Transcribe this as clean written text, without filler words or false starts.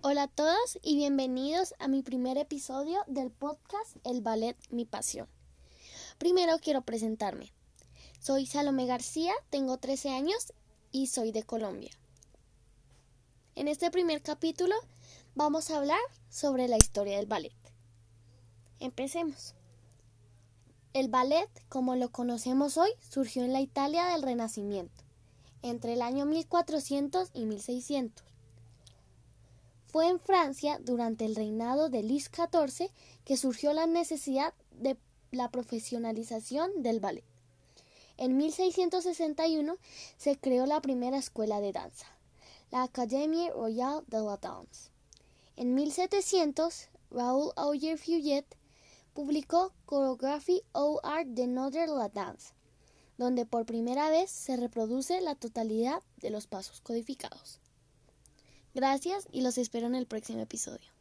Hola a todos y bienvenidos a mi primer episodio del podcast El Ballet, mi pasión. Primero quiero presentarme. Soy Salomé García, tengo 13 años y soy de Colombia. En este primer capítulo vamos a hablar sobre la historia del ballet. Empecemos. El ballet, como lo conocemos hoy, surgió en la Italia del Renacimiento, entre el año 1400 y 1600. Fue en Francia, durante el reinado de Luis XIV, que surgió la necesidad de la profesionalización del ballet. En 1661 se creó la primera escuela de danza, la Académie Royale de la Danse. En 1700, Raoul Auger-Feuillet publicó Choreographie ou art de notre la danse, donde por primera vez se reproduce la totalidad de los pasos codificados. Gracias y los espero en el próximo episodio.